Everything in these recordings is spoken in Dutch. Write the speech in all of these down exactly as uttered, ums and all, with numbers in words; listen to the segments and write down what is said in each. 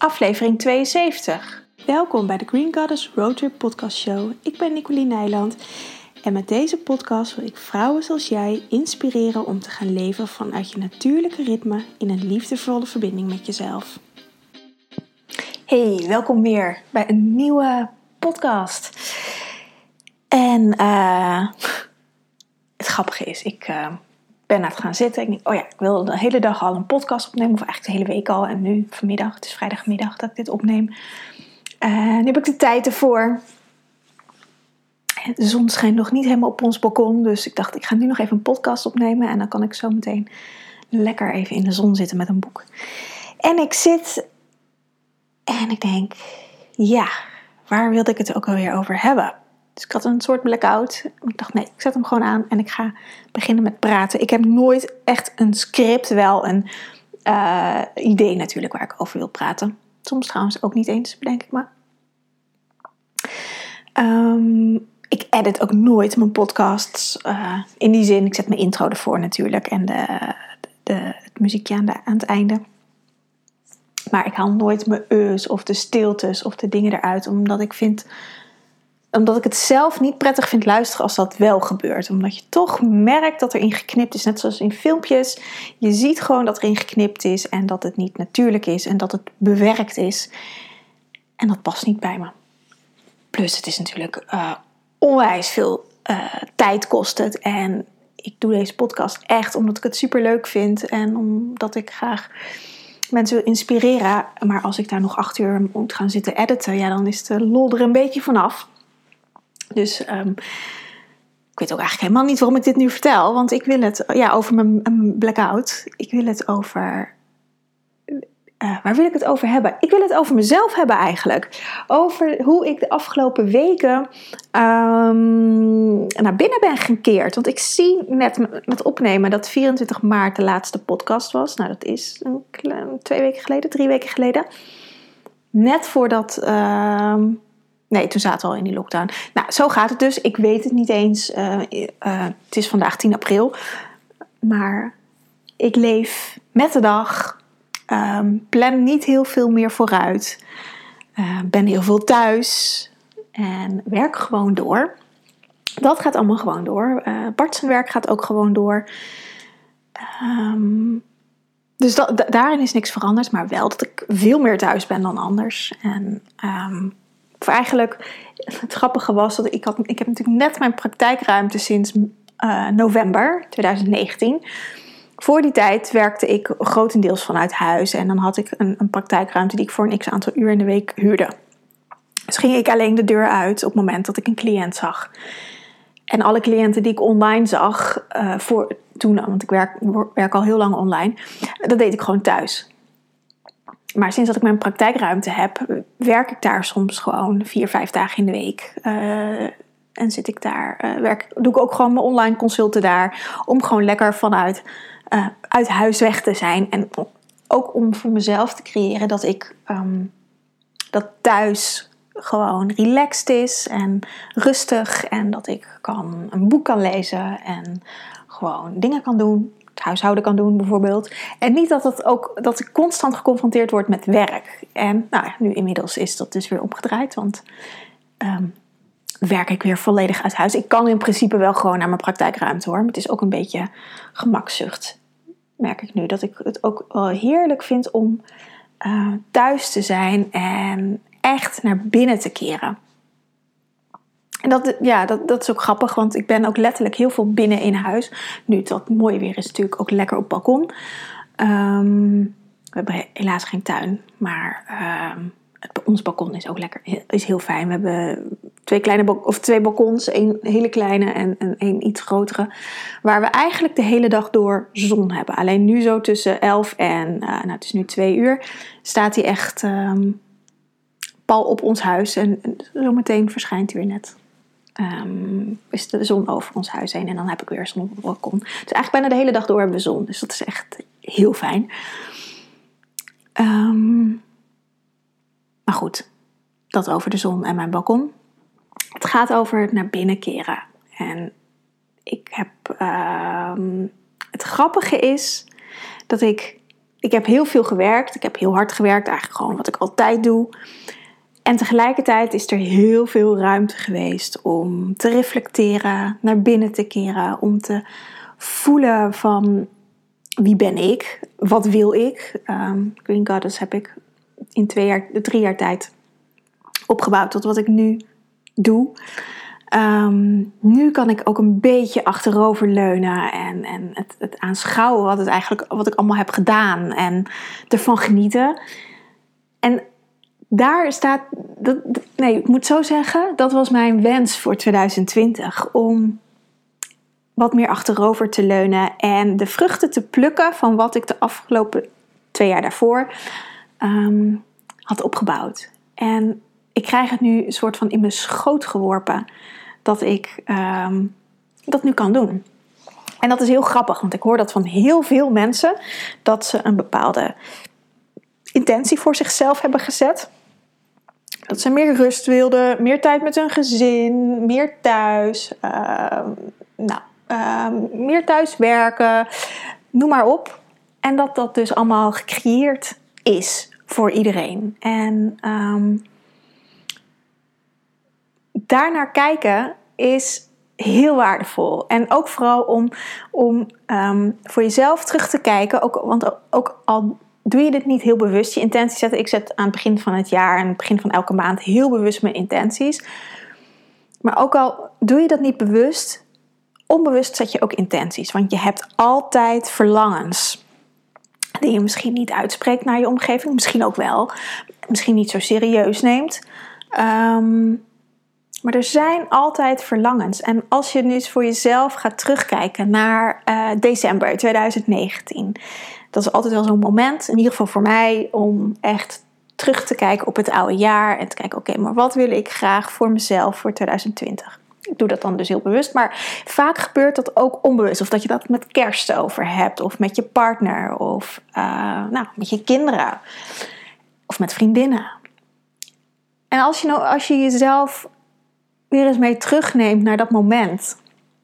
aflevering tweeënzeventig. Welkom bij de Green Goddess Roadtrip podcast show. Ik ben Nicoline Nijland en met deze podcast wil ik vrouwen zoals jij inspireren om te gaan leven vanuit je natuurlijke ritme in een liefdevolle verbinding met jezelf. Hey, welkom weer bij een nieuwe podcast. En uh, het grappige is, ik uh, ben aan het gaan zitten. Ik denk, oh ja, ik wilde de hele dag al een podcast opnemen. Of eigenlijk de hele week al. En nu vanmiddag, het is vrijdagmiddag dat ik dit opneem. Uh, nu heb ik de tijd ervoor. De zon schijnt nog niet helemaal op ons balkon. Dus ik dacht, ik ga nu nog even een podcast opnemen. En dan kan ik zo meteen lekker even in de zon zitten met een boek. En ik zit en ik denk, ja, waar wilde ik het ook alweer over hebben? Dus ik had een soort blackout. Ik dacht, nee, ik zet hem gewoon aan en ik ga beginnen met praten. Ik heb nooit echt een script, wel een uh, idee natuurlijk waar ik over wil praten. Soms trouwens ook niet eens, bedenk ik me. Um, ik edit ook nooit mijn podcasts. Uh, in die zin, ik zet mijn intro ervoor natuurlijk. En de, de, het muziekje aan, de, aan het einde. Maar ik haal nooit mijn eus of de stiltes of de dingen eruit. Omdat ik vind... Omdat ik het zelf niet prettig vind luisteren als dat wel gebeurt. Omdat je toch merkt dat er in geknipt is. Net zoals in filmpjes. Je ziet gewoon dat er in geknipt is. En dat het niet natuurlijk is. En dat het bewerkt is. En dat past niet bij me. Plus het is natuurlijk uh, onwijs veel uh, tijd kost het. En ik doe deze podcast echt omdat ik het super leuk vind. En omdat ik graag mensen wil inspireren. Maar als ik daar nog acht uur moet gaan zitten editen. Ja, dan is de lol er een beetje vanaf. Dus um, ik weet ook eigenlijk helemaal niet waarom ik dit nu vertel. Want ik wil het, ja, over mijn, mijn blackout. Ik wil het over... Uh, waar wil ik het over hebben? Ik wil het over mezelf hebben eigenlijk. Over hoe ik de afgelopen weken um, naar binnen ben gekeerd. Want ik zie net met opnemen dat vierentwintig maart de laatste podcast was. Nou, dat is een, twee weken geleden, drie weken geleden. Net voordat... Uh, Nee, toen zaten we al in die lockdown. Nou, zo gaat het dus. Ik weet het niet eens. Uh, uh, het is vandaag tien april. Maar ik leef met de dag. Um, plan niet heel veel meer vooruit. Uh, ben heel veel thuis. En werk gewoon door. Dat gaat allemaal gewoon door. Uh, Bart zijn werk gaat ook gewoon door. Um, dus dat, da- daarin is niks veranderd. Maar wel dat ik veel meer thuis ben dan anders. En... Um, Of eigenlijk, het grappige was dat ik had, ik heb natuurlijk net mijn praktijkruimte sinds uh, november twintig negentien. Voor die tijd werkte ik grotendeels vanuit huis en dan had ik een, een praktijkruimte die ik voor een x aantal uur in de week huurde. Dus ging ik alleen de deur uit op het moment dat ik een cliënt zag. En alle cliënten die ik online zag, uh, voor, toen, want ik werk, werk al heel lang online, dat deed ik gewoon thuis. Maar sinds dat ik mijn praktijkruimte heb, werk ik daar soms gewoon vier, vijf dagen in de week. Uh, en zit ik daar, uh, werk, doe ik ook gewoon mijn online consulten daar. Om gewoon lekker vanuit uh, uit huis weg te zijn. En ook om voor mezelf te creëren dat ik um, dat thuis gewoon relaxed is en rustig. En dat ik kan, een boek kan lezen en gewoon dingen kan doen. Het huishouden kan doen bijvoorbeeld. En niet dat, het ook, dat ik constant geconfronteerd word met werk. En nou ja, nu inmiddels is dat dus weer omgedraaid. Want um, werk ik weer volledig uit huis. Ik kan in principe wel gewoon naar mijn praktijkruimte hoor. Maar het is ook een beetje gemakzucht. Merk ik nu dat ik het ook wel heerlijk vind om uh, thuis te zijn. En echt naar binnen te keren. En dat, ja, dat, dat is ook grappig, want ik ben ook letterlijk heel veel binnen in huis. Nu het wat mooi weer is, natuurlijk ook lekker op het balkon. Um, we hebben helaas geen tuin, maar um, het, ons balkon is ook lekker, is heel fijn. We hebben twee, kleine bal- of twee balkons, één hele kleine en, en één iets grotere. Waar we eigenlijk de hele dag door zon hebben. Alleen nu zo tussen elf en, uh, nou het is nu twee uur, staat hij echt um, pal op ons huis. En, en zometeen verschijnt hij weer net. Um, is de zon over ons huis heen en dan heb ik weer zon op het balkon. Dus eigenlijk bijna de hele dag door hebben we zon. Dus dat is echt heel fijn. Um, maar goed, dat over de zon en mijn balkon. Het gaat over het naar binnen keren. En ik heb... Um, het grappige is dat ik ik heb heel veel gewerkt. Ik heb heel hard gewerkt, eigenlijk gewoon wat ik altijd doe. En tegelijkertijd is er heel veel ruimte geweest om te reflecteren, naar binnen te keren, om te voelen van wie ben ik, wat wil ik. Um, Green Goddess heb ik in twee jaar, drie jaar tijd opgebouwd tot wat ik nu doe. Um, nu kan ik ook een beetje achterover leunen en, en het, het aanschouwen wat, het eigenlijk, wat ik allemaal heb gedaan en ervan genieten. En daar staat, dat, nee, ik moet zo zeggen, dat was mijn wens voor twintig twintig. Om wat meer achterover te leunen en de vruchten te plukken van wat ik de afgelopen twee jaar daarvoor um, had opgebouwd. En ik krijg het nu een soort van in mijn schoot geworpen dat ik um, dat nu kan doen. En dat is heel grappig, want ik hoor dat van heel veel mensen, dat ze een bepaalde intentie voor zichzelf hebben gezet. Dat ze meer rust wilden, meer tijd met hun gezin, meer thuis, uh, nou, uh, meer thuis werken, noem maar op. En dat dat dus allemaal gecreëerd is voor iedereen. En um, daarnaar kijken is heel waardevol. En ook vooral om, om um, voor jezelf terug te kijken. Ook, want ook al doe je dit niet heel bewust, je intenties zetten. Ik zet aan het begin van het jaar en aan het begin van elke maand heel bewust mijn intenties. Maar ook al doe je dat niet bewust, onbewust zet je ook intenties. Want je hebt altijd verlangens die je misschien niet uitspreekt naar je omgeving. Misschien ook wel. Misschien niet zo serieus neemt. Um, Maar er zijn altijd verlangens. En als je nu eens voor jezelf gaat terugkijken naar uh, december twintig negentien. Dat is altijd wel zo'n moment, in ieder geval voor mij, om echt terug te kijken op het oude jaar. En te kijken, oké, okay, maar wat wil ik graag voor mezelf voor twintig twintig? Ik doe dat dan dus heel bewust. Maar vaak gebeurt dat ook onbewust. Of dat je dat met kerst over hebt. Of met je partner. Of uh, nou, met je kinderen. Of met vriendinnen. En als je, nou, als je jezelf weer eens mee terugneemt naar dat moment.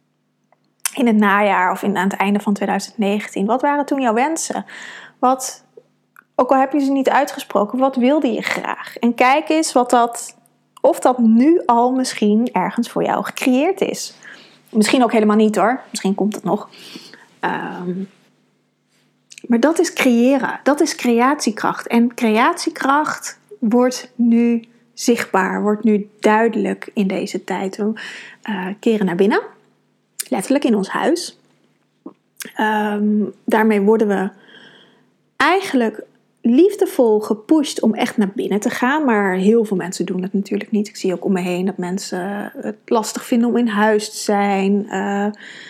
In het najaar of in, aan het einde van twintig negentien. Wat waren toen jouw wensen? Wat, ook al heb je ze niet uitgesproken, wat wilde je graag? En kijk eens wat dat, of dat nu al misschien ergens voor jou gecreëerd is. Misschien ook helemaal niet hoor. Misschien komt het nog. Um, maar dat is creëren. Dat is creatiekracht. En creatiekracht wordt nu zichtbaar, wordt nu duidelijk in deze tijd. We uh, keren naar binnen, letterlijk in ons huis. Um, daarmee worden we eigenlijk liefdevol gepusht om echt naar binnen te gaan. Maar heel veel mensen doen het natuurlijk niet. Ik zie ook om me heen dat mensen het lastig vinden om in huis te zijn. Uh,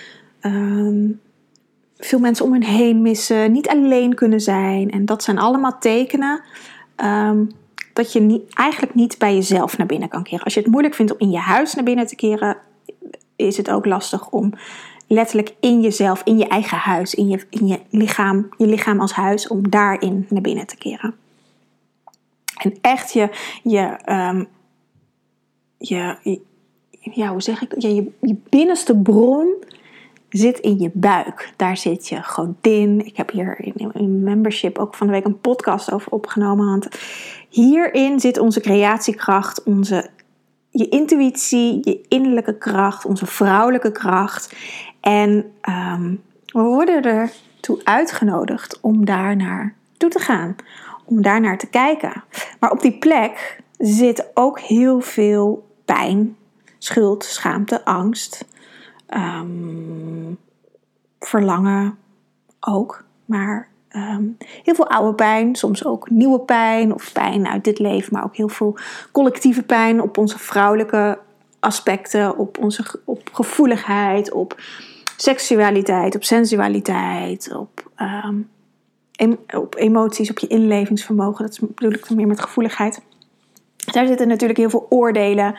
um, veel mensen om hen heen missen, niet alleen kunnen zijn. En dat zijn allemaal tekenen Um, dat je niet, eigenlijk niet bij jezelf naar binnen kan keren. Als je het moeilijk vindt om in je huis naar binnen te keren, is het ook lastig om letterlijk in jezelf, in je eigen huis, in je, in je lichaam, je lichaam als huis, om daarin naar binnen te keren. En echt je, je, um, je, je ja, hoe zeg ik, je, je, je binnenste bron zit in je buik. Daar zit je godin. Ik heb hier in, in membership ook van de week een podcast over opgenomen. Want hierin zit onze creatiekracht, onze, je intuïtie, je innerlijke kracht, onze vrouwelijke kracht. En um, we worden ertoe uitgenodigd om daar naar toe te gaan. Om daar naar te kijken. Maar op die plek zit ook heel veel pijn, schuld, schaamte, angst. Um, verlangen ook, maar um, heel veel oude pijn, soms ook nieuwe pijn of pijn uit dit leven, maar ook heel veel collectieve pijn op onze vrouwelijke aspecten, op onze op gevoeligheid, op seksualiteit, op sensualiteit, op, um, em, op emoties, op je inlevingsvermogen. Dat bedoel ik dan meer met gevoeligheid. Daar zitten natuurlijk heel veel oordelen.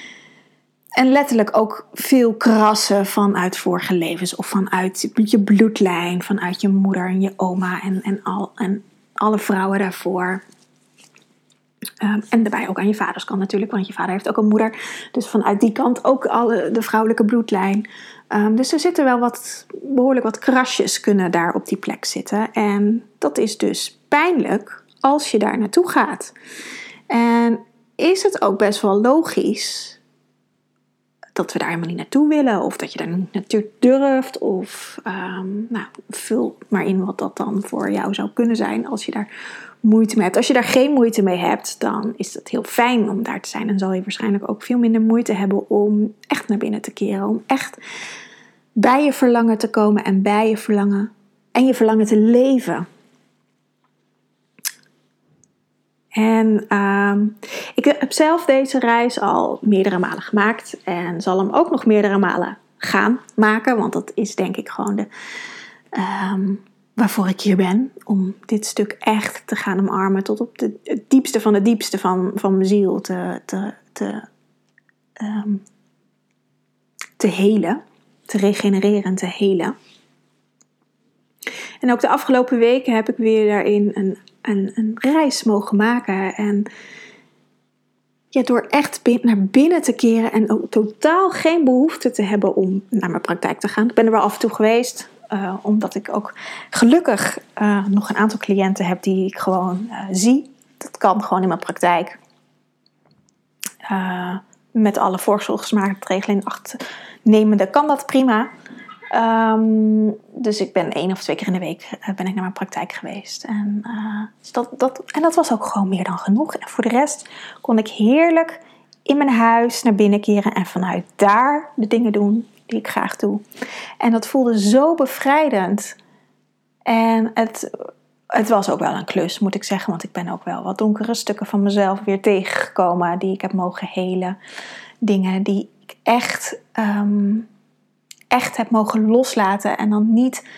En letterlijk ook veel krassen vanuit vorige levens. Of vanuit je bloedlijn. Vanuit je moeder en je oma. En, en, al, en alle vrouwen daarvoor. Um, en daarbij ook aan je vaders kant natuurlijk, want je vader heeft ook een moeder. Dus vanuit die kant ook alle, de vrouwelijke bloedlijn. Um, dus er zitten wel wat, behoorlijk wat krasjes kunnen daar op die plek zitten. En dat is dus pijnlijk als je daar naartoe gaat. En is het ook best wel logisch dat we daar helemaal niet naartoe willen, of dat je daar niet naartoe durft, of um, nou, vul maar in wat dat dan voor jou zou kunnen zijn als je daar moeite mee hebt. Als je daar geen moeite mee hebt, dan is het heel fijn om daar te zijn. En zal je waarschijnlijk ook veel minder moeite hebben om echt naar binnen te keren, om echt bij je verlangen te komen en bij je verlangen en je verlangen te leven. En um, ik heb zelf deze reis al meerdere malen gemaakt en zal hem ook nog meerdere malen gaan maken, want dat is denk ik gewoon de, um, waarvoor ik hier ben, om dit stuk echt te gaan omarmen tot op de, het diepste van het diepste van, van mijn ziel te, te, te, um, te helen, te regenereren en te helen. En ook de afgelopen weken heb ik weer daarin een Een, een reis mogen maken. En ja, door echt bin- naar binnen te keren en ook totaal geen behoefte te hebben om naar mijn praktijk te gaan. Ik ben er wel af en toe geweest, uh, omdat ik ook gelukkig uh, nog een aantal cliënten heb die ik gewoon uh, zie. Dat kan gewoon in mijn praktijk. Uh, met alle voorzorgsmaatregelen in acht nemende kan dat prima. Um, dus ik ben één of twee keer in de week uh, ben ik naar mijn praktijk geweest. En, uh, dus dat, dat, en dat was ook gewoon meer dan genoeg. En voor de rest kon ik heerlijk in mijn huis naar binnen keren en vanuit daar de dingen doen die ik graag doe. En dat voelde zo bevrijdend. En het, het was ook wel een klus, moet ik zeggen. Want ik ben ook wel wat donkere stukken van mezelf weer tegengekomen die ik heb mogen helen. Dingen die ik echt... Um, echt heb mogen loslaten en dan niet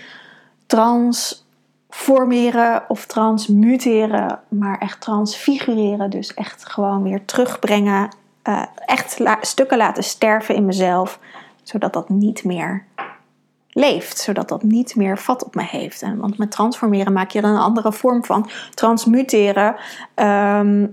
transformeren of transmuteren, maar echt transfigureren. Dus echt gewoon weer terugbrengen, uh, echt la- stukken laten sterven in mezelf, zodat dat niet meer leeft, zodat dat niet meer vat op me heeft. En, want met transformeren maak je er een andere vorm van. Transmuteren um,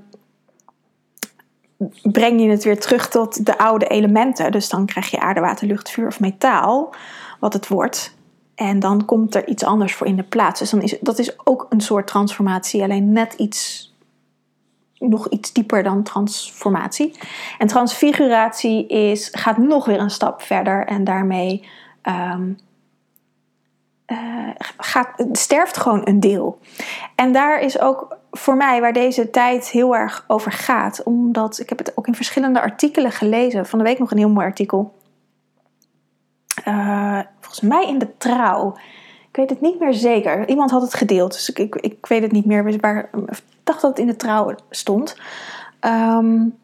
breng je het weer terug tot de oude elementen. Dus dan krijg je aarde, water, lucht, vuur of metaal, wat het wordt. En dan komt er iets anders voor in de plaats. Dus dan is, dat is ook een soort transformatie, alleen net iets, nog iets dieper dan transformatie. En transfiguratie is, gaat nog weer een stap verder en daarmee um, uh, gaat, sterft gewoon een deel. En daar is ook voor mij waar deze tijd heel erg over gaat. Omdat, ik heb het ook in verschillende artikelen gelezen. Van de week nog een heel mooi artikel. Uh, volgens mij in de Trouw. Ik weet het niet meer zeker. Iemand had het gedeeld. Dus ik, ik, ik weet het niet meer. Maar ik dacht dat het in de Trouw stond. Um,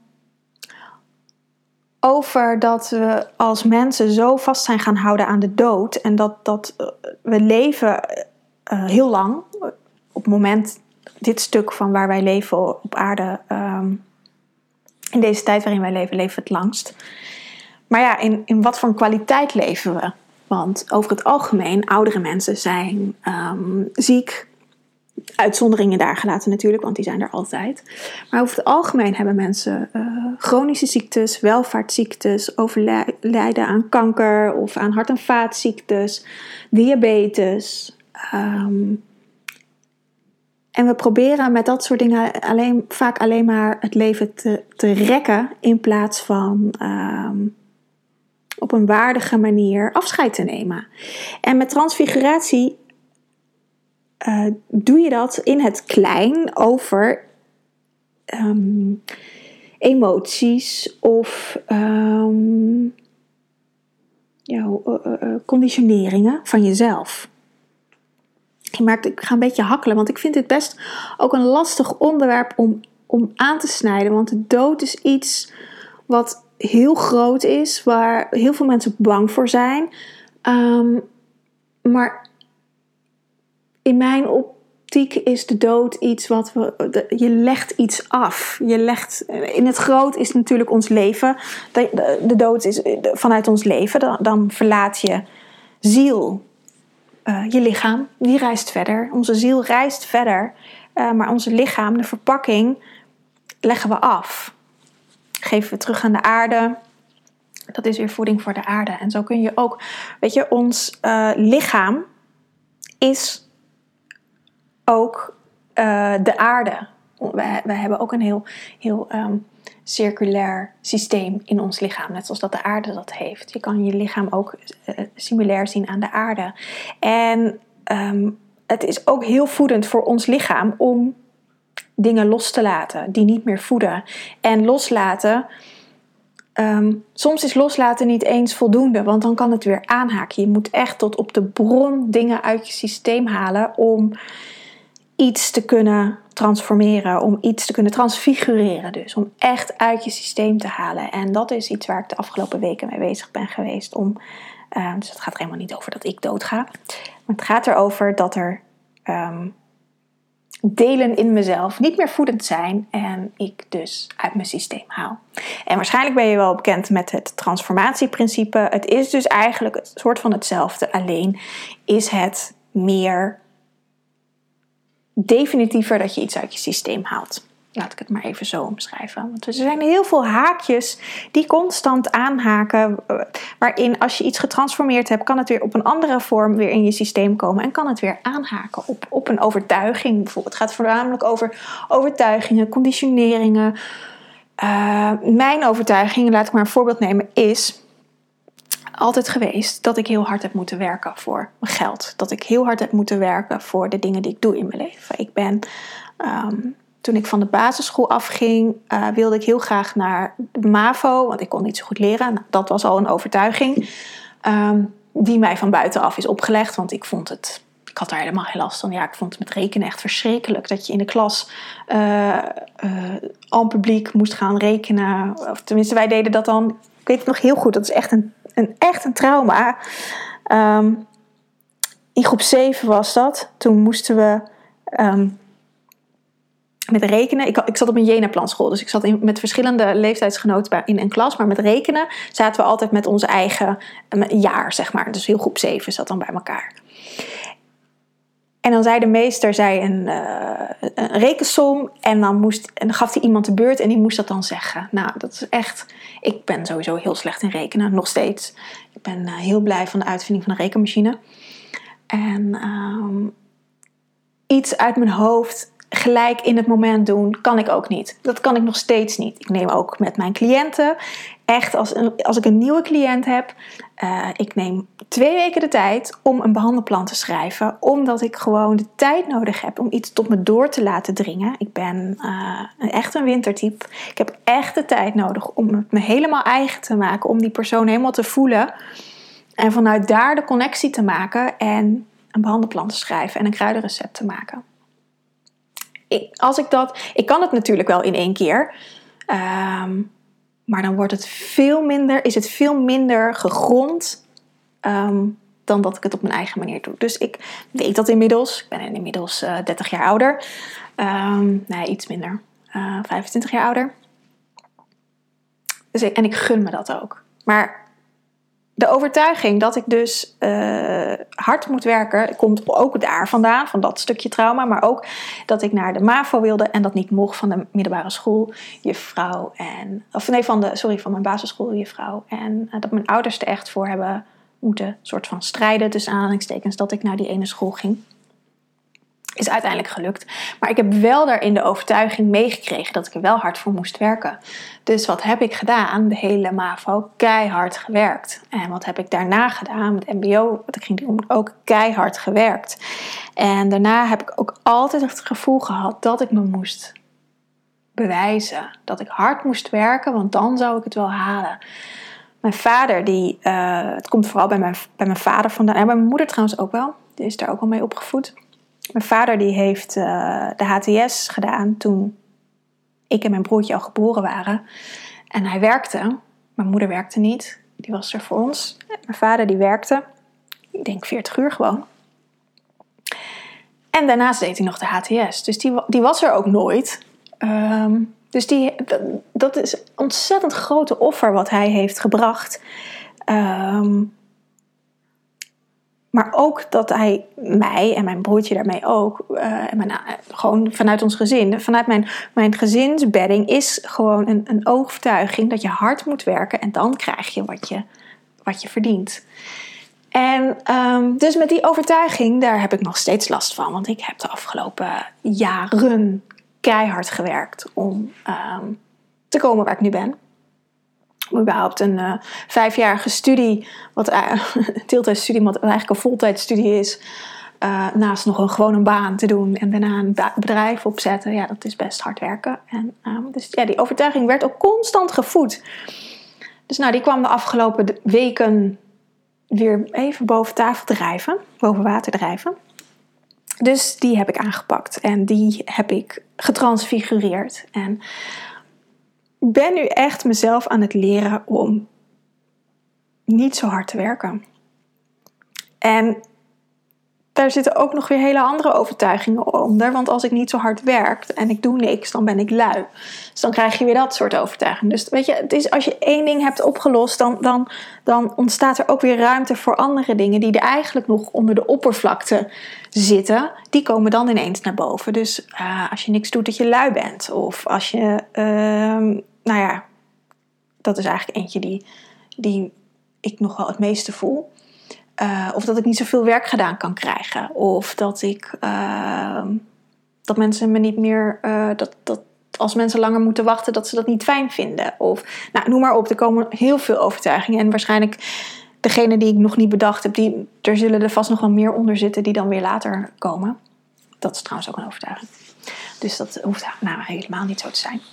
over dat we als mensen zo vast zijn gaan houden aan de dood. En dat, dat we leven uh, heel lang. Op het moment... Dit stuk van waar wij leven op aarde, um, in deze tijd waarin wij leven, leven we het langst. Maar ja, in, in wat voor een kwaliteit leven we? Want over het algemeen, oudere mensen zijn um, ziek. Uitzonderingen daar gelaten natuurlijk, want die zijn er altijd. Maar over het algemeen hebben mensen uh, chronische ziektes, welvaartsziektes, overlijden aan kanker of aan hart- en vaatziektes, diabetes. Um, En we proberen met dat soort dingen alleen, vaak alleen maar het leven te, te rekken in plaats van um, op een waardige manier afscheid te nemen. En met transfiguratie uh, doe je dat in het klein over um, emoties of um, ja, uh, uh, conditioneringen van jezelf. Je merkt, ik ga een beetje hakkelen, want ik vind dit best ook een lastig onderwerp om, om aan te snijden. Want de dood is iets wat heel groot is, waar heel veel mensen bang voor zijn. Um, maar in mijn optiek is de dood iets wat we... De, je legt iets af. Je legt, in het groot is natuurlijk ons leven. De, de, de dood is vanuit ons leven. Dan, dan verlaat je ziel... Uh, je lichaam, die reist verder. Onze ziel reist verder. Uh, maar onze lichaam, de verpakking, leggen we af. Geven we terug aan de aarde. Dat is weer voeding voor de aarde. En zo kun je ook, weet je, ons uh, lichaam is ook uh, de aarde. We, we hebben ook een heel, heel um, circulair systeem in ons lichaam. Net zoals dat de aarde dat heeft. Je kan je lichaam ook uh, similair zien aan de aarde. En um, het is ook heel voedend voor ons lichaam om dingen los te laten die niet meer voeden. En loslaten, um, soms is loslaten niet eens voldoende, want dan kan het weer aanhaken. Je moet echt tot op de bron dingen uit je systeem halen om iets te kunnen transformeren, om iets te kunnen transfigureren. Dus om echt uit je systeem te halen. En dat is iets waar ik de afgelopen weken mee bezig ben geweest. Om, uh, dus het gaat er helemaal niet over dat ik doodga. Maar het gaat erover dat er um, delen in mezelf niet meer voedend zijn en ik dus uit mijn systeem haal. En waarschijnlijk ben je wel bekend met het transformatieprincipe. Het is dus eigenlijk een soort van hetzelfde, alleen is het meer definitiever dat je iets uit je systeem haalt. Laat ik het maar even zo omschrijven. Want er zijn heel veel haakjes die constant aanhaken, waarin als je iets getransformeerd hebt, kan het weer op een andere vorm weer in je systeem komen en kan het weer aanhaken op, op een overtuiging. Bijvoorbeeld, het gaat voornamelijk over overtuigingen, conditioneringen. Uh, mijn overtuiging, laat ik maar een voorbeeld nemen, is altijd geweest dat ik heel hard heb moeten werken voor mijn geld. Dat ik heel hard heb moeten werken voor de dingen die ik doe in mijn leven. Ik ben, um, toen ik van de basisschool afging, uh, wilde ik heel graag naar de MAVO, want ik kon niet zo goed leren. Nou, dat was al een overtuiging um, die mij van buitenaf is opgelegd, want ik vond het, ik had daar helemaal geen last van. Ja, ik vond het met rekenen echt verschrikkelijk dat je in de klas uh, uh, al publiek moest gaan rekenen. Of tenminste, wij deden dat dan. Ik weet het nog heel goed, dat is echt een Een, echt een trauma. Um, in groep zeven was dat. Toen moesten we um, met rekenen. Ik, ik zat op een Jena-planschool. Dus ik zat in, met verschillende leeftijdsgenoten in een klas. Maar met rekenen zaten we altijd met onze eigen um, jaar, zeg maar. Dus heel groep zeven zat dan bij elkaar. En dan zei de meester zei een, uh, een rekensom. En dan, moest, en dan gaf hij iemand de beurt en die moest dat dan zeggen. Nou, dat is echt. Ik ben sowieso heel slecht in rekenen, nog steeds. Ik ben uh, heel blij van de uitvinding van de rekenmachine. En um, iets uit mijn hoofd gelijk in het moment doen, kan ik ook niet. Dat kan ik nog steeds niet. Ik neem ook met mijn cliënten. Echt, als, een, als ik een nieuwe cliënt heb, uh, ik neem twee weken de tijd om een behandelplan te schrijven. Omdat ik gewoon de tijd nodig heb om iets tot me door te laten dringen. Ik ben uh, echt een wintertype. Ik heb echt de tijd nodig om het me helemaal eigen te maken. Om die persoon helemaal te voelen. En vanuit daar de connectie te maken. En een behandelplan te schrijven en een kruidenrecept te maken. Ik, als ik dat, ik kan het natuurlijk wel in één keer. Um, maar dan wordt het veel minder, is het veel minder gegrond um, dan dat ik het op mijn eigen manier doe. Dus ik weet dat inmiddels. Ik ben inmiddels uh, dertig jaar ouder. Um, nee, iets minder. Uh, vijfentwintig jaar ouder. Dus ik, en ik gun me dat ook. Maar de overtuiging dat ik dus uh, hard moet werken, komt ook daar vandaan, van dat stukje trauma. Maar ook dat ik naar de MAVO wilde en dat niet mocht van de middelbare school, juffrouw. En, of nee, van de, sorry, van mijn basisschool, juffrouw. En uh, dat mijn ouders er echt voor hebben moeten soort van strijden, tussen aanhalingstekens, dat ik naar die ene school ging. Is uiteindelijk gelukt. Maar ik heb wel daarin de overtuiging meegekregen dat ik er wel hard voor moest werken. Dus wat heb ik gedaan? De hele MAVO keihard gewerkt. En wat heb ik daarna gedaan? Met M B O, wat ik ging doen, ook keihard gewerkt. En daarna heb ik ook altijd het gevoel gehad dat ik me moest bewijzen. Dat ik hard moest werken, want dan zou ik het wel halen. Mijn vader, die, uh, het komt vooral bij mijn, bij mijn vader vandaan. En bij mijn moeder trouwens ook wel. Die is daar ook al mee opgevoed. Mijn vader die heeft uh, de H T S gedaan toen ik en mijn broertje al geboren waren. En hij werkte. Mijn moeder werkte niet. Die was er voor ons. Mijn vader die werkte. Ik denk veertig uur gewoon. En daarnaast deed hij nog de H T S. Dus die, die was er ook nooit. Um, dus die, dat, dat is een ontzettend grote offer wat hij heeft gebracht. Um, maar ook dat hij mij en mijn broertje daarmee ook, uh, en mijn, uh, gewoon vanuit ons gezin, vanuit mijn, mijn gezinsbedding is gewoon een, een overtuiging dat je hard moet werken en dan krijg je wat je, wat je verdient. En um, dus met die overtuiging, daar heb ik nog steeds last van. Want ik heb de afgelopen jaren keihard gewerkt om um, te komen waar ik nu ben. Om überhaupt een uh, vijfjarige studie, wat uh, een deeltijdstudie, wat eigenlijk een voltijdstudie is, uh, naast nog een gewone baan te doen en daarna een ba- bedrijf opzetten. Ja, dat is best hard werken. En, um, dus ja, die overtuiging werd ook constant gevoed. Dus nou, die kwam de afgelopen weken weer even boven tafel drijven, boven water drijven. Dus die heb ik aangepakt en die heb ik getransfigureerd. En ik ben nu echt mezelf aan het leren om niet zo hard te werken. En daar zitten ook nog weer hele andere overtuigingen onder. Want als ik niet zo hard werk en ik doe niks, dan ben ik lui. Dus dan krijg je weer dat soort overtuigingen. Dus weet je, het is, als je één ding hebt opgelost, dan, dan, dan ontstaat er ook weer ruimte voor andere dingen die er eigenlijk nog onder de oppervlakte zitten. Die komen dan ineens naar boven. Dus uh, als je niks doet, dat je lui bent. Of als je, uh, nou ja, dat is eigenlijk eentje die, die ik nog wel het meeste voel. Uh, of dat ik niet zoveel werk gedaan kan krijgen. Of dat ik uh, dat mensen me niet meer uh, dat, dat als mensen langer moeten wachten, dat ze dat niet fijn vinden. Of nou, noem maar op, er komen heel veel overtuigingen. En waarschijnlijk degene die ik nog niet bedacht heb, die, er zullen er vast nog wel meer onder zitten die dan weer later komen. Dat is trouwens ook een overtuiging. Dus dat hoeft nou helemaal niet zo te zijn.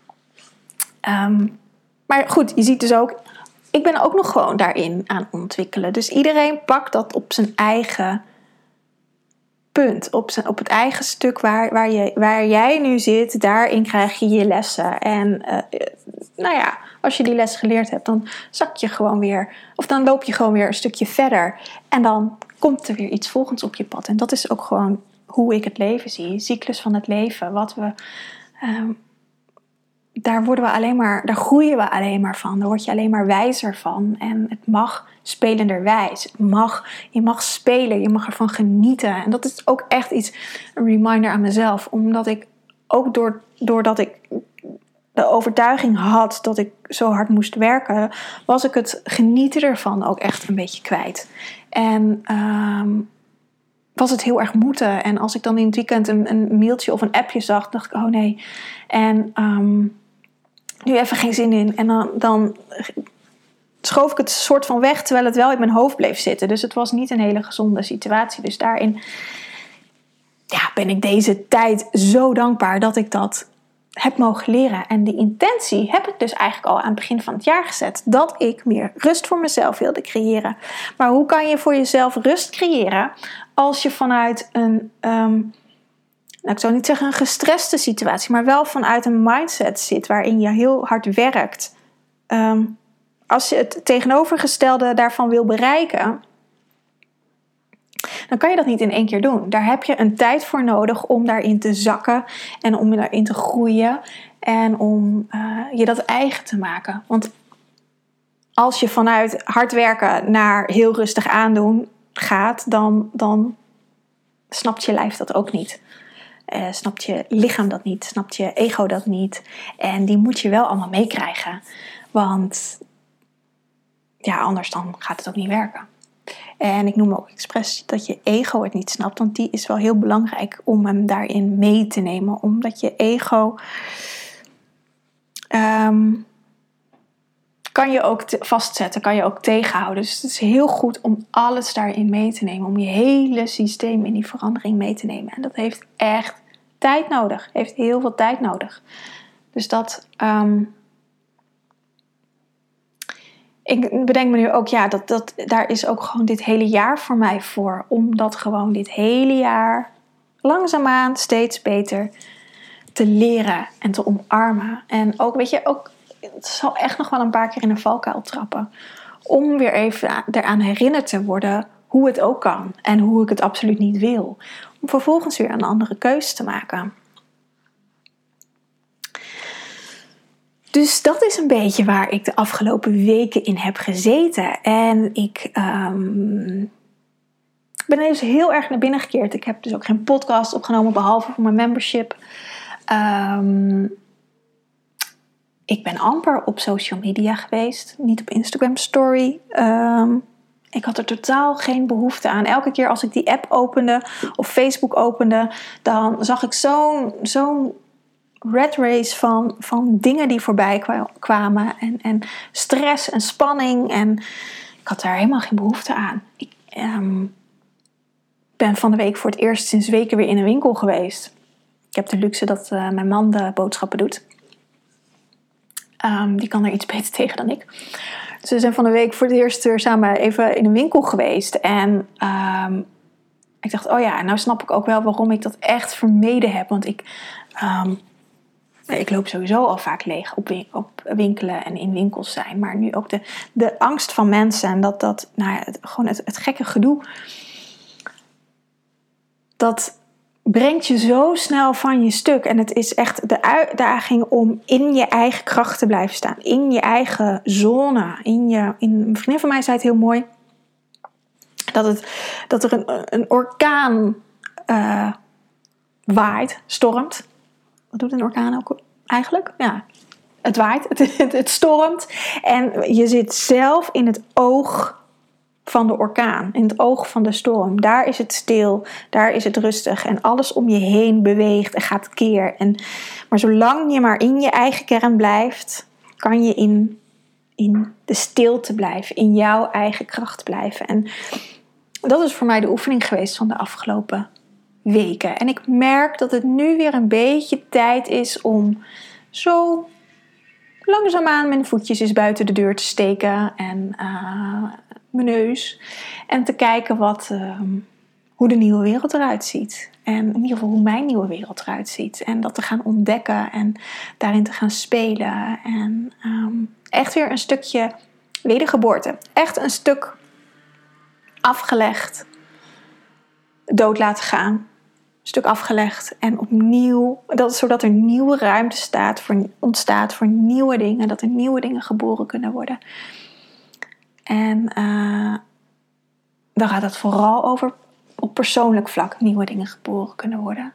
Um, maar goed, je ziet dus ook, ik ben ook nog gewoon daarin aan ontwikkelen. Dus iedereen pakt dat op zijn eigen punt. Op, zijn, op het eigen stuk waar, waar, je, waar jij nu zit. Daarin krijg je je lessen. En uh, nou ja, als je die les geleerd hebt, dan zak je gewoon weer. Of dan loop je gewoon weer een stukje verder. En dan komt er weer iets volgens op je pad. En dat is ook gewoon hoe ik het leven zie. Cyclus van het leven. Wat we... Um, Daar worden we alleen maar, daar groeien we alleen maar van. Daar word je alleen maar wijzer van. En het mag spelenderwijs. Het mag, je mag spelen, je mag ervan genieten. En dat is ook echt iets, een reminder aan mezelf. Omdat ik ook door, doordat ik de overtuiging had dat ik zo hard moest werken, was ik het genieten ervan ook echt een beetje kwijt. En um, was het heel erg moeten. En als ik dan in het weekend een, een mailtje of een appje zag, dacht ik, oh nee. En um, nu even geen zin in. En dan, dan schoof ik het soort van weg, terwijl het wel in mijn hoofd bleef zitten. Dus het was niet een hele gezonde situatie. Dus daarin ja, ben ik deze tijd zo dankbaar dat ik dat heb mogen leren. En die intentie heb ik dus eigenlijk al aan het begin van het jaar gezet. Dat ik meer rust voor mezelf wilde creëren. Maar hoe kan je voor jezelf rust creëren als je vanuit een... Um, Nou, ik zou niet zeggen een gestreste situatie, maar wel vanuit een mindset zit waarin je heel hard werkt. Um, als je het tegenovergestelde daarvan wil bereiken, dan kan je dat niet in één keer doen. Daar heb je een tijd voor nodig om daarin te zakken en om daarin te groeien en om uh, je dat eigen te maken. Want als je vanuit hard werken naar heel rustig aandoen gaat, dan, dan snapt je lijf dat ook niet. Uh, snapt je lichaam dat niet, snapt je ego dat niet. En die moet je wel allemaal meekrijgen. Want ja, anders dan gaat het ook niet werken. En ik noem ook expres dat je ego het niet snapt. Want die is wel heel belangrijk om hem daarin mee te nemen. Omdat je ego um, kan je ook te- vastzetten, kan je ook tegenhouden. Dus het is heel goed om alles daarin mee te nemen. Om je hele systeem in die verandering mee te nemen. En dat heeft echt tijd nodig. Heeft heel veel tijd nodig. Dus dat... Um, ik bedenk me nu ook, ja, dat, dat, daar is ook gewoon dit hele jaar voor mij voor. Om dat gewoon dit hele jaar langzaamaan steeds beter te leren en te omarmen. En ook, weet je, ook... Het zal echt nog wel een paar keer in een valkuil trappen. Om weer even eraan herinnerd te worden hoe het ook kan. En hoe ik het absoluut niet wil. Om vervolgens weer een andere keuze te maken. Dus dat is een beetje waar ik de afgelopen weken in heb gezeten. En ik... Um, ben dus heel erg naar binnen gekeerd. Ik heb dus ook geen podcast opgenomen, behalve voor mijn membership. Um, ik ben amper op social media geweest. Niet op Instagram story. Um, ik had er totaal geen behoefte aan. Elke keer als ik die app opende of Facebook opende, dan zag ik zo'n, zo'n rat race van, van dingen die voorbij kwamen. En, en stress en spanning. En ik had daar helemaal geen behoefte aan. Ik um, ben van de week voor het eerst sinds weken weer in een winkel geweest. Ik heb de luxe dat uh, mijn man de boodschappen doet. Um, die kan er iets beter tegen dan ik. Dus we zijn van de week voor het eerst weer samen even in een winkel geweest. En um, ik dacht, oh ja, nou snap ik ook wel waarom ik dat echt vermeden heb. Want ik, um, ik loop sowieso al vaak leeg op, win- op winkelen en in winkels zijn. Maar nu ook de, de angst van mensen en dat, dat nou ja, het, gewoon het, het gekke gedoe. Dat brengt je zo snel van je stuk. En het is echt de uitdaging om in je eigen kracht te blijven staan. In je eigen zone. In je, in, een vriendin van mij zei het heel mooi. Dat, het, dat er een, een orkaan uh, waait, stormt. Wat doet een orkaan ook eigenlijk? Ja, het waait, het, het, het stormt. En je zit zelf in het oog van de orkaan, in het oog van de storm. Daar is het stil, daar is het rustig en alles om je heen beweegt en gaat keer. En, maar zolang je maar in je eigen kern blijft, kan je in, in de stilte blijven, in jouw eigen kracht blijven. En dat is voor mij de oefening geweest van de afgelopen weken. En ik merk dat het nu weer een beetje tijd is om zo langzaamaan mijn voetjes eens buiten de deur te steken en uh, mijn neus. En te kijken wat, uh, hoe de nieuwe wereld eruit ziet. En in ieder geval hoe mijn nieuwe wereld eruit ziet. En dat te gaan ontdekken en daarin te gaan spelen. En um, echt weer een stukje wedergeboorte. Echt een stuk afgelegd, dood laten gaan. Een stuk afgelegd en opnieuw, dat is zodat er nieuwe ruimte staat voor, ontstaat voor nieuwe dingen, dat er nieuwe dingen geboren kunnen worden. En uh, dan gaat het vooral over op persoonlijk vlak nieuwe dingen geboren kunnen worden.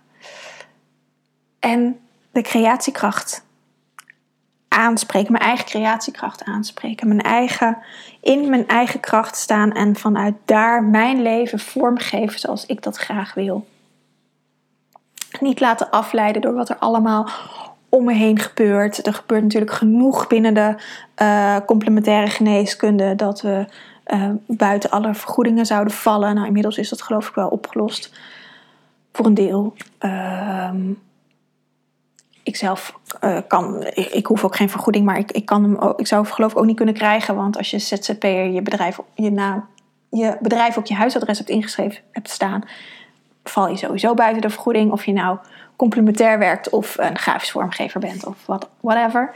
En de creatiekracht aanspreken, mijn eigen creatiekracht aanspreken, mijn eigen, in mijn eigen kracht staan en vanuit daar mijn leven vormgeven zoals ik dat graag wil. Niet laten afleiden door wat er allemaal om me heen gebeurt. Er gebeurt natuurlijk genoeg binnen de uh, complementaire geneeskunde dat we uh, buiten alle vergoedingen zouden vallen. Nou, inmiddels is dat geloof ik wel opgelost. Voor een deel. Uh, ik zelf uh, kan, ik, ik hoef ook geen vergoeding, maar ik, ik, kan hem ook, ik zou hem geloof ik ook niet kunnen krijgen. Want als je Z Z P'er je bedrijf, je naam, je bedrijf op je huisadres hebt ingeschreven hebt staan, val je sowieso buiten de vergoeding. Of je nou complementair werkt of een grafisch vormgever bent of what, whatever.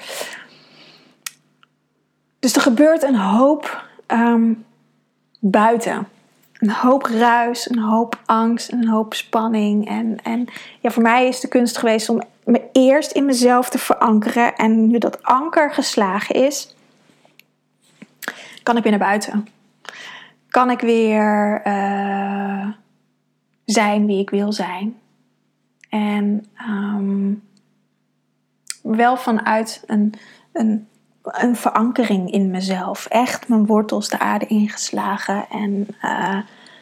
Dus er gebeurt een hoop um, buiten. Een hoop ruis, een hoop angst, een hoop spanning. En, en ja, voor mij is de kunst geweest om me eerst in mezelf te verankeren. En nu dat anker geslagen is, kan ik weer naar buiten. Kan ik weer Uh, zijn wie ik wil zijn. En um, wel vanuit een, een, een verankering in mezelf. Echt mijn wortels de aarde ingeslagen. En uh,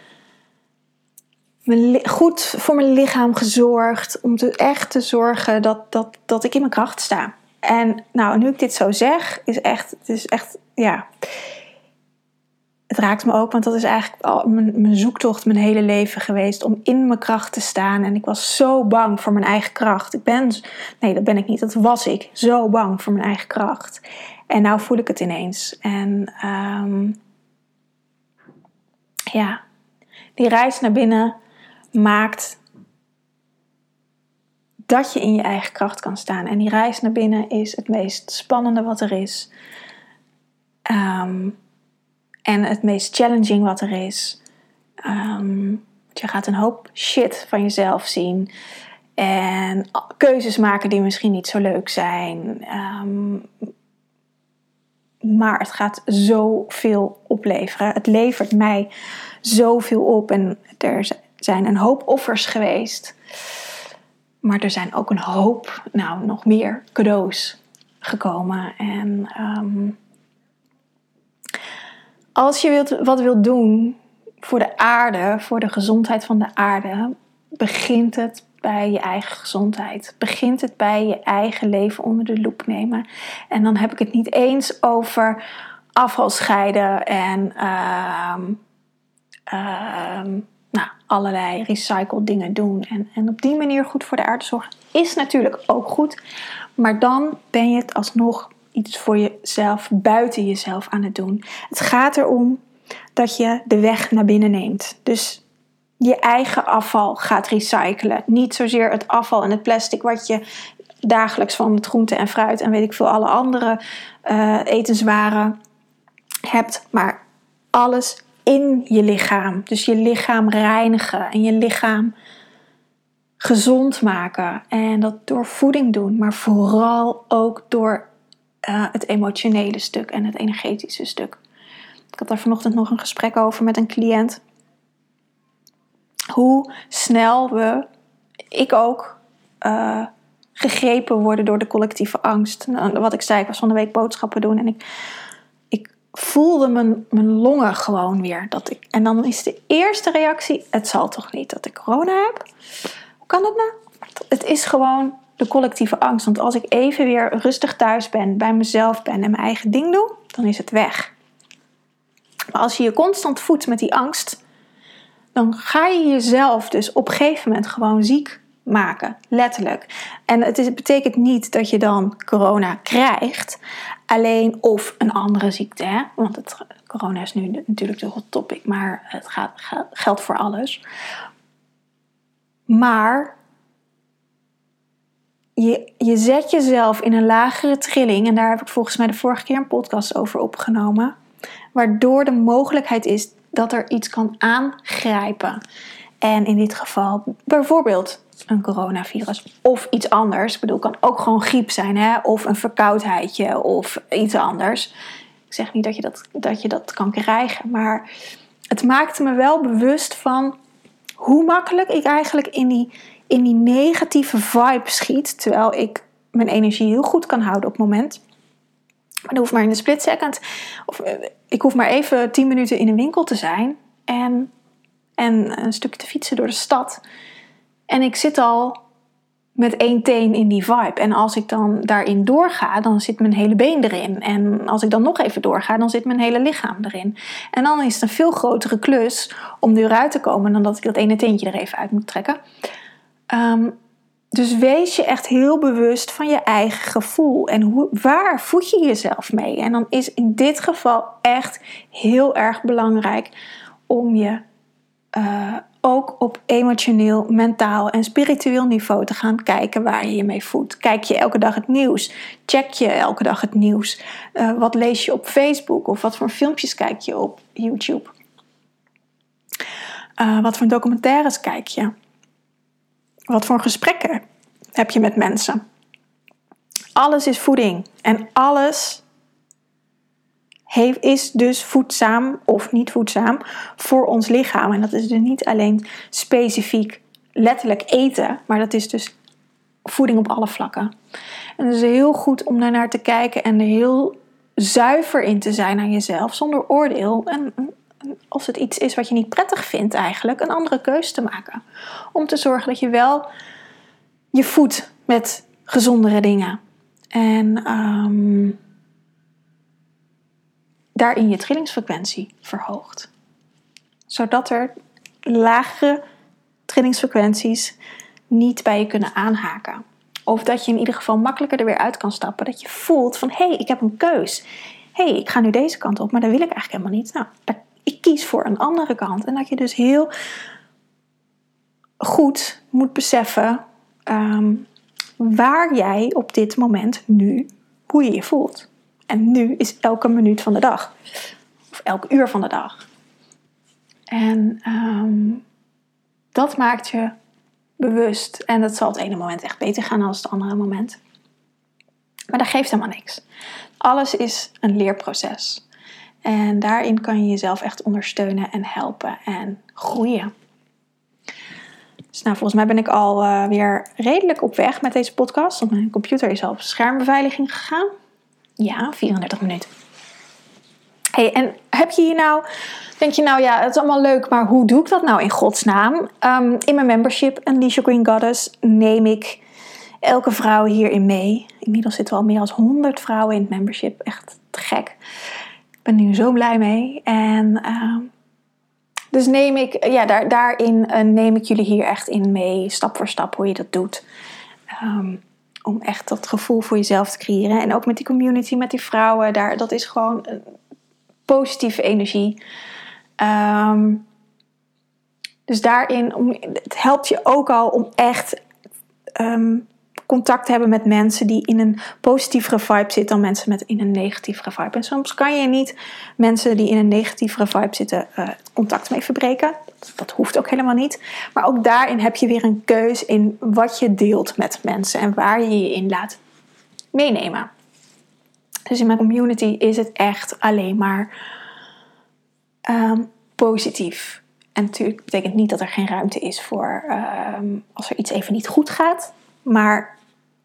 mijn li- goed voor mijn lichaam gezorgd. Om te, echt te zorgen dat, dat, dat ik in mijn kracht sta. En nou, nu ik dit zo zeg, is echt, het is echt, ja. Het raakt me ook, want dat is eigenlijk al mijn, mijn zoektocht mijn hele leven geweest. Om in mijn kracht te staan. En ik was zo bang voor mijn eigen kracht. Ik ben, nee dat ben ik niet, dat was ik. Zo bang voor mijn eigen kracht. En nou voel ik het ineens. En um, ja, die reis naar binnen maakt dat je in je eigen kracht kan staan. En die reis naar binnen is het meest spannende wat er is. Um, En het meest challenging wat er is. Um, je gaat een hoop shit van jezelf zien. En keuzes maken die misschien niet zo leuk zijn. Um, Maar het gaat zoveel opleveren. Het levert mij zoveel op. En er zijn een hoop offers geweest. Maar er zijn ook een hoop, nou nog meer cadeaus gekomen. En um, als je wilt, wat wilt doen voor de aarde, voor de gezondheid van de aarde, begint het bij je eigen gezondheid. Begint het bij je eigen leven onder de loep nemen. En dan heb ik het niet eens over afval scheiden en uh, uh, nou, allerlei recycled dingen doen. En, en op die manier goed voor de aarde zorgen is natuurlijk ook goed. Maar dan ben je het alsnog iets voor jezelf, buiten jezelf aan het doen. Het gaat erom dat je de weg naar binnen neemt. Dus je eigen afval gaat recyclen. Niet zozeer het afval en het plastic wat je dagelijks van het groente en fruit en weet ik veel alle andere uh, etenswaren hebt. Maar alles in je lichaam. Dus je lichaam reinigen en je lichaam gezond maken. En dat door voeding doen. Maar vooral ook door uh, het emotionele stuk en het energetische stuk. Ik had daar vanochtend nog een gesprek over met een cliënt. Hoe snel we, ik ook, uh, gegrepen worden door de collectieve angst. Nou, wat ik zei, ik was van de week boodschappen doen en ik, ik voelde mijn, mijn longen gewoon weer. Dat ik, en dan is de eerste reactie, het zal toch niet dat ik corona heb? Hoe kan dat nou? Het is gewoon de collectieve angst. Want als ik even weer rustig thuis ben, bij mezelf ben en mijn eigen ding doe, dan is het weg. Maar als je je constant voedt met die angst, dan ga je jezelf dus op een gegeven moment gewoon ziek maken. Letterlijk. En het, is, het betekent niet dat je dan corona krijgt. Alleen of een andere ziekte. Hè? Want het, corona is nu natuurlijk de hot topic. Maar het gaat, gaat, geldt voor alles. Maar je, je zet jezelf in een lagere trilling. En daar heb ik volgens mij de vorige keer een podcast over opgenomen. Waardoor de mogelijkheid is dat er iets kan aangrijpen. En in dit geval bijvoorbeeld een coronavirus of iets anders. Ik bedoel, het kan ook gewoon griep zijn, hè? Of een verkoudheidje of iets anders. Ik zeg niet dat je dat, dat je dat kan krijgen, maar het maakte me wel bewust van hoe makkelijk ik eigenlijk in die, in die negatieve vibe schiet. Terwijl ik mijn energie heel goed kan houden op het moment. Maar dat hoeft maar in een split second. Of ik hoef maar even tien minuten in een winkel te zijn. En, en een stukje te fietsen door de stad. En ik zit al met één teen in die vibe. En als ik dan daarin doorga, dan zit mijn hele been erin. En als ik dan nog even doorga, dan zit mijn hele lichaam erin. En dan is het een veel grotere klus om eruit te komen dan dat ik dat ene teentje er even uit moet trekken. Um, Dus wees je echt heel bewust van je eigen gevoel. En hoe, waar voed je jezelf mee? En dan is in dit geval echt heel erg belangrijk om je uh, ook op emotioneel, mentaal en spiritueel niveau te gaan kijken waar je je mee voedt. Kijk je elke dag het nieuws? Check je elke dag het nieuws? Uh, wat lees je op Facebook? Of wat voor filmpjes kijk je op YouTube? Uh, wat voor documentaires kijk je? Wat voor gesprekken heb je met mensen? Alles is voeding. En alles heeft, is dus voedzaam of niet voedzaam voor ons lichaam. En dat is dus niet alleen specifiek letterlijk eten. Maar dat is dus voeding op alle vlakken. En het is heel goed om daarnaar te kijken en er heel zuiver in te zijn aan jezelf. Zonder oordeel. En als het iets is wat je niet prettig vindt eigenlijk, een andere keuze te maken. Om te zorgen dat je wel je voedt met gezondere dingen. En um, daarin je trillingsfrequentie verhoogt. Zodat er lagere trillingsfrequenties niet bij je kunnen aanhaken. Of dat je in ieder geval makkelijker er weer uit kan stappen. Dat je voelt van, hé, hey, ik heb een keus. Hé, hey, ik ga nu deze kant op, maar dat wil ik eigenlijk helemaal niet. Nou, daar ik kies voor een andere kant. En dat je dus heel goed moet beseffen um, waar jij op dit moment nu, hoe je je voelt. En nu is elke minuut van de dag. Of elk uur van de dag. En um, dat maakt je bewust. En dat zal het ene moment echt beter gaan dan het andere moment. Maar dat geeft helemaal niks. Alles is een leerproces. En daarin kan je jezelf echt ondersteunen en helpen en groeien. Dus nou, volgens mij ben ik al uh, weer redelijk op weg met deze podcast. Want mijn computer is al op schermbeveiliging gegaan. Ja, vierendertig minuten. Hey, en heb je hier nou... Denk je nou, ja, het is allemaal leuk, maar hoe doe ik dat nou in godsnaam? Um, in mijn membership, Unleash Your Green Goddess, neem ik elke vrouw hierin mee. Inmiddels zitten we al meer dan honderd vrouwen in het membership. Echt te gek. Ik ben nu zo blij mee. En uh, dus neem ik, ja, daar, daarin uh, neem ik jullie hier echt in mee, stap voor stap, hoe je dat doet. Um, om echt dat gevoel voor jezelf te creëren. En ook met die community, met die vrouwen, daar, dat is gewoon uh, positieve energie. Um, dus daarin, om, het helpt je ook al om echt um, contact te hebben met mensen die in een positievere vibe zitten dan mensen met in een negatievere vibe. En soms kan je niet mensen die in een negatievere vibe zitten uh, contact mee verbreken. Dat, dat hoeft ook helemaal niet. Maar ook daarin heb je weer een keus in wat je deelt met mensen en waar je je in laat meenemen. Dus in mijn community is het echt alleen maar um, positief. En natuurlijk betekent niet dat er geen ruimte is voor um, als er iets even niet goed gaat. Maar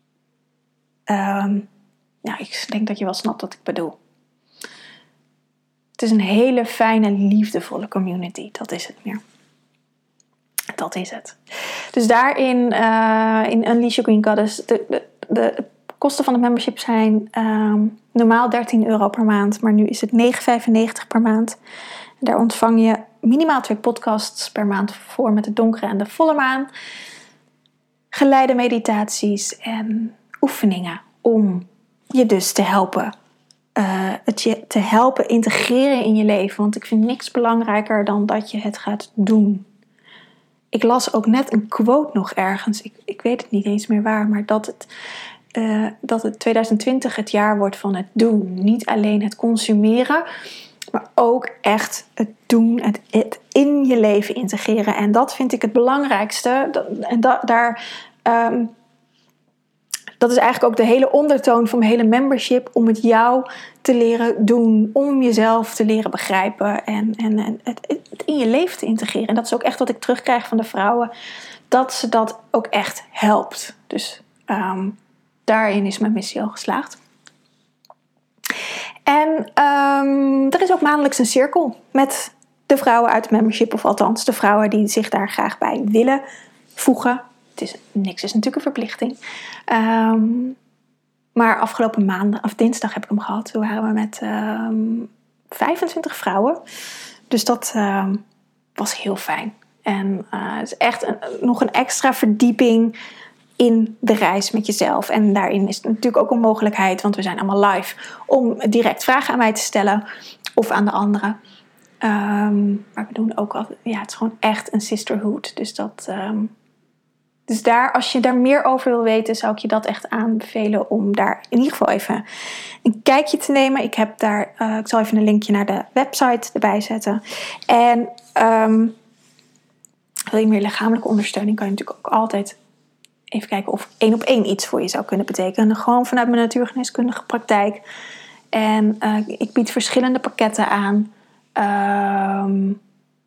um, nou, ik denk dat je wel snapt wat ik bedoel. Het is een hele fijne, liefdevolle community. Dat is het meer. Dat is het. Dus daarin, uh, in Unleash Your Green Goddess, de, de, de kosten van de membership zijn um, normaal dertien euro per maand. Maar nu is het negen vijfennegentig per maand. En daar ontvang je minimaal twee podcasts per maand voor met de donkere en de volle maan. Geleide meditaties en oefeningen om je dus te helpen. Uh, het je te helpen integreren in je leven. Want ik vind niks belangrijker dan dat je het gaat doen. Ik las ook net een quote nog ergens. Ik, ik weet het niet eens meer waar. Maar dat het, uh, dat het tweeduizend twintig het jaar wordt van het doen. Niet alleen het consumeren. Maar ook echt het doen. Het, het in je leven integreren. En dat vind ik het belangrijkste. Dat, en da, daar... Um, Dat is eigenlijk ook de hele ondertoon van mijn hele membership. Om het jou te leren doen. Om jezelf te leren begrijpen. En, en, en het, het in je leven te integreren. En dat is ook echt wat ik terugkrijg van de vrouwen. Dat ze dat ook echt helpt. Dus um, daarin is mijn missie al geslaagd. En um, er is ook maandelijks een cirkel. Met de vrouwen uit de membership. Of althans de vrouwen die zich daar graag bij willen voegen. Het is, niks is natuurlijk een verplichting. Um, maar afgelopen maandag, of dinsdag heb ik hem gehad. Toen waren we met um, vijfentwintig vrouwen. Dus dat um, was heel fijn. En uh, het is echt een, nog een extra verdieping in de reis met jezelf. En daarin is het natuurlijk ook een mogelijkheid, want we zijn allemaal live, om direct vragen aan mij te stellen. Of aan de anderen. Um, maar we doen ook al, ja, het is gewoon echt een sisterhood. Dus dat... Um, Dus daar, als je daar meer over wil weten, zou ik je dat echt aanbevelen om daar in ieder geval even een kijkje te nemen. Ik heb daar, uh, ik zal even een linkje naar de website erbij zetten. En um, wil je meer lichamelijke ondersteuning, kan je natuurlijk ook altijd even kijken of één op één iets voor je zou kunnen betekenen. Gewoon vanuit mijn natuurgeneeskundige praktijk. En uh, ik bied verschillende pakketten aan. Um,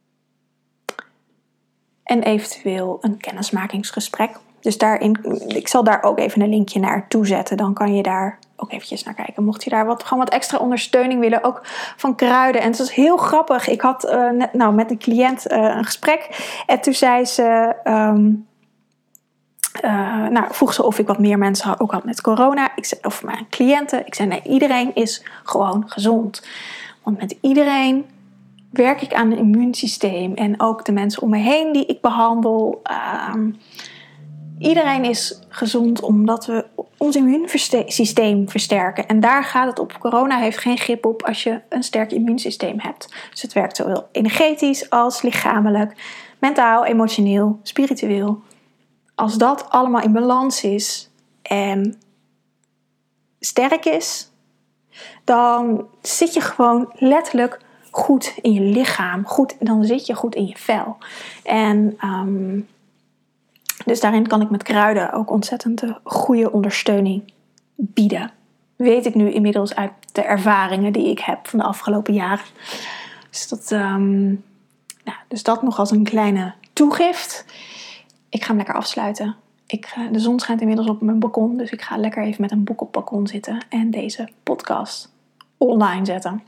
En eventueel een kennismakingsgesprek. Dus daarin, ik zal daar ook even een linkje naar toezetten. Dan kan je daar ook eventjes naar kijken. Mocht je daar wat, gewoon wat extra ondersteuning willen. Ook van kruiden. En het was heel grappig. Ik had uh, net nou, met een cliënt uh, een gesprek. En toen zei ze... Um, uh, nou, vroeg ze of ik wat meer mensen ook had met corona. Ik zei, of mijn cliënten. Ik zei nee, iedereen is gewoon gezond. Want met iedereen... werk ik aan een immuunsysteem. En ook de mensen om me heen die ik behandel. Um, iedereen is gezond omdat we ons immuunsysteem versterken. En daar gaat het op. Corona heeft geen grip op als je een sterk immuunsysteem hebt. Dus het werkt zowel energetisch als lichamelijk. Mentaal, emotioneel, spiritueel. Als dat allemaal in balans is. En sterk is. Dan zit je gewoon letterlijk... goed in je lichaam, goed, dan zit je goed in je vel. En um, dus daarin kan ik met kruiden ook ontzettend goede ondersteuning bieden. weet ik nu inmiddels uit de ervaringen die ik heb van de afgelopen jaren. Dus dat, um, nou, dus dat nog als een kleine toegift. Ik ga hem lekker afsluiten. Ik, de zon schijnt inmiddels op mijn balkon, dus ik ga lekker even met een boek op het balkon zitten en deze podcast online zetten.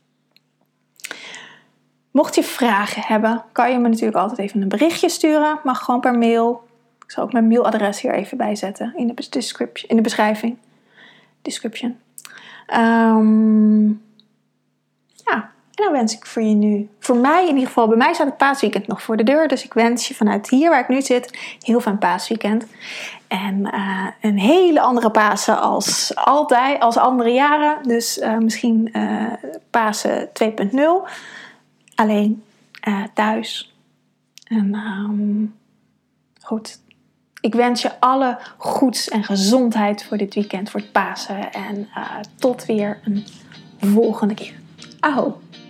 Mocht je vragen hebben, kan je me natuurlijk altijd even een berichtje sturen. Mag gewoon per mail. Ik zal ook mijn mailadres hier even bijzetten in de, description, in de beschrijving. Description. Um, ja, en dan wens ik voor je nu, voor mij in ieder geval, bij mij staat het paasweekend nog voor de deur. Dus ik wens je vanuit hier waar ik nu zit, heel fijn paasweekend. En uh, een hele andere Pasen als altijd, als andere jaren. Dus uh, misschien uh, Pasen twee punt nul. Alleen uh, thuis. En um, goed. Ik wens je alle goeds en gezondheid voor dit weekend, voor het Pasen. En uh, tot weer een volgende keer. Aho.